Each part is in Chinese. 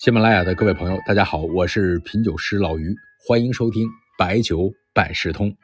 喜马拉雅的各位朋友，大家好，我是品酒师老于，欢迎收听白酒百事通。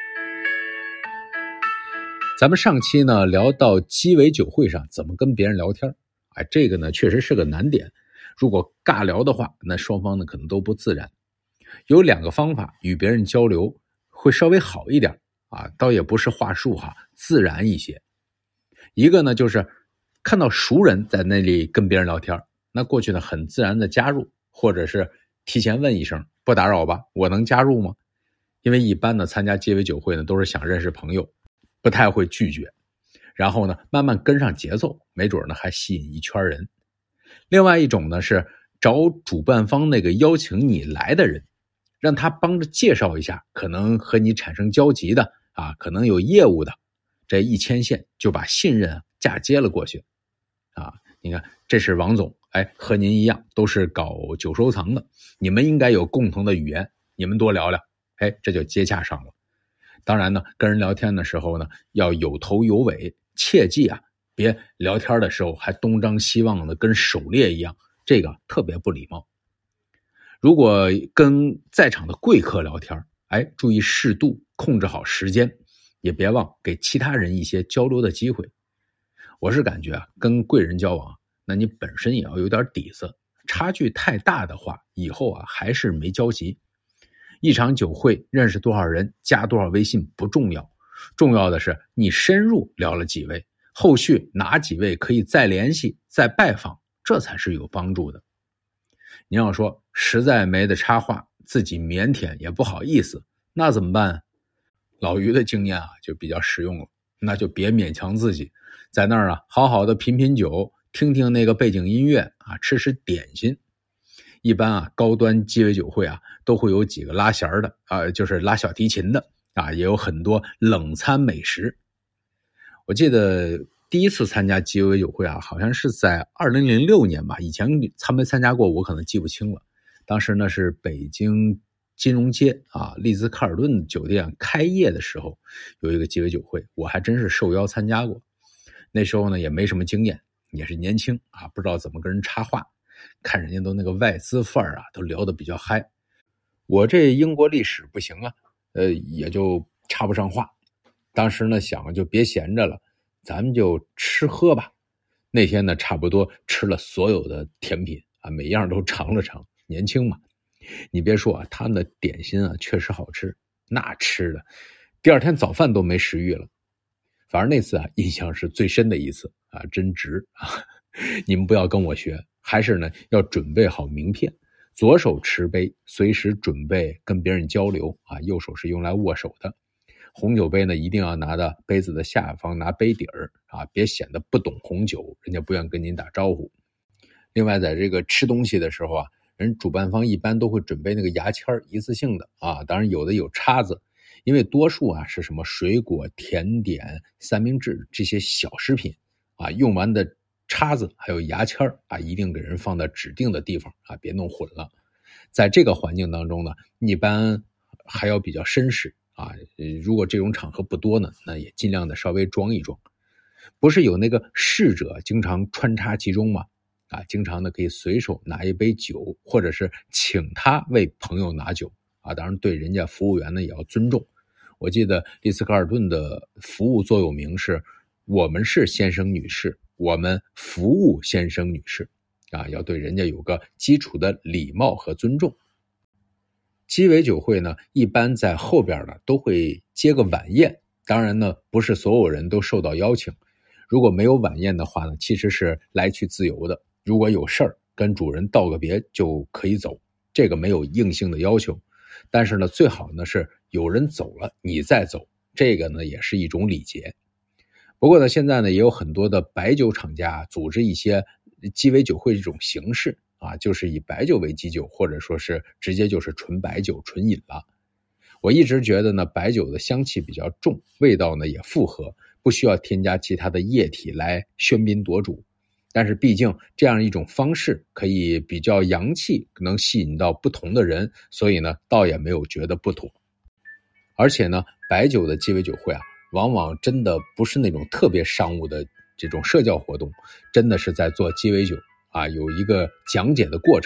咱们上期呢聊到鸡尾酒会上怎么跟别人聊天，这个呢确实是个难点。如果尬聊的话，那双方呢可能都不自然。有两个方法与别人交流会稍微好一点倒也不是话术自然一些。一个呢就是看到熟人在那里跟别人聊天，那过去呢很自然的加入，或者是提前问一声不打扰吧，我能加入吗？因为一般呢参加鸡尾酒会呢都是想认识朋友，不太会拒绝，然后呢慢慢跟上节奏，没准呢还吸引一圈人。另外一种呢是找主办方那个邀请你来的人，让他帮着介绍一下可能和你产生交集的可能有业务的，这一牵线就把信任嫁接了过去你看这是王总，和您一样都是搞酒收藏的，你们应该有共同的语言，你们多聊聊，这就接洽上了。当然呢跟人聊天的时候呢要有头有尾，切记别聊天的时候还东张西望的跟狩猎一样，这个特别不礼貌。如果跟在场的贵客聊天，注意适度，控制好时间，也别忘给其他人一些交流的机会。我是感觉跟贵人交往，那你本身也要有点底子，差距太大的话，以后还是没交集。一场酒会认识多少人，加多少微信不重要，重要的是你深入聊了几位，后续哪几位可以再联系再拜访，这才是有帮助的。你要说实在没得插话，自己腼腆也不好意思，那怎么办？老于的经验就比较实用了，那就别勉强自己，在那儿好好的品品酒，听听那个背景音乐吃吃点心。一般高端鸡尾酒会都会有几个拉弦的就是拉小提琴的也有很多冷餐美食。我记得第一次参加鸡尾酒会好像是在2006年吧，以前没参加过，我可能记不清了。当时呢是北京金融街丽兹卡尔顿酒店开业的时候有一个鸡尾酒会，我还真是受邀参加过。那时候呢也没什么经验，也是年轻不知道怎么跟人插话，看人家都那个外资范儿都聊得比较嗨。我这英国历史不行也就插不上话。当时呢想就别闲着了，咱们就吃喝吧。那天呢差不多吃了所有的甜品每样都尝了尝，年轻嘛。你别说他们的点心确实好吃，那吃的第二天早饭都没食欲了。反正那次印象是最深的一次真值你们不要跟我学，还是呢要准备好名片，左手持杯，随时准备跟别人交流右手是用来握手的。红酒杯呢一定要拿到杯子的下方，拿杯底儿别显得不懂红酒，人家不愿跟您打招呼。另外在这个吃东西的时候人主办方一般都会准备那个牙签一次性的当然有的有叉子，因为多数是什么水果、甜点、三明治这些小食品用完的叉子还有牙签一定给人放到指定的地方别弄混了。在这个环境当中呢，一般还要比较绅士如果这种场合不多呢，那也尽量的稍微装一装。不是有那个侍者经常穿插其中吗？经常呢可以随手拿一杯酒，或者是请他为朋友拿酒当然对人家服务员呢也要尊重。我记得丽思卡尔顿的服务座右铭是我们是先生女士，我们服务先生女士要对人家有个基础的礼貌和尊重。鸡尾酒会呢一般在后边呢都会接个晚宴，当然呢不是所有人都受到邀请，如果没有晚宴的话呢其实是来去自由的，如果有事儿跟主人道个别就可以走，这个没有硬性的要求。但是呢最好呢是有人走了你再走，这个呢也是一种礼节。不过呢现在呢也有很多的白酒厂家组织一些鸡尾酒会这种形式就是以白酒为基酒，或者说是直接就是纯白酒纯饮了。我一直觉得呢白酒的香气比较重，味道呢也复合，不需要添加其他的液体来喧宾夺主，但是毕竟这样一种方式可以比较洋气，能吸引到不同的人，所以呢倒也没有觉得不妥。而且呢白酒的鸡尾酒会往往真的不是那种特别商务的这种社交活动，真的是在做鸡尾酒有一个讲解的过程，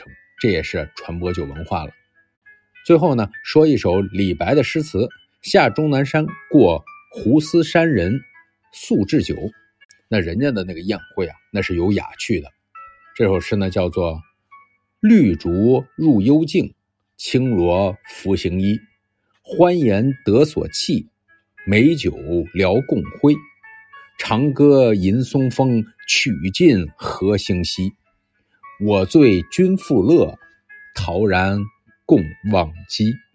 这也是传播酒文化了。最后呢，说一首李白的诗词：下终南山，过斛斯山人，宿置酒。那人家的那个宴会啊，那是有雅趣的。这首诗呢叫做绿竹入幽径，轻罗拂行衣。欢颜得所憩，美酒聊共挥。长歌吟松风，曲尽何星稀。我醉君复乐，陶然共忘机。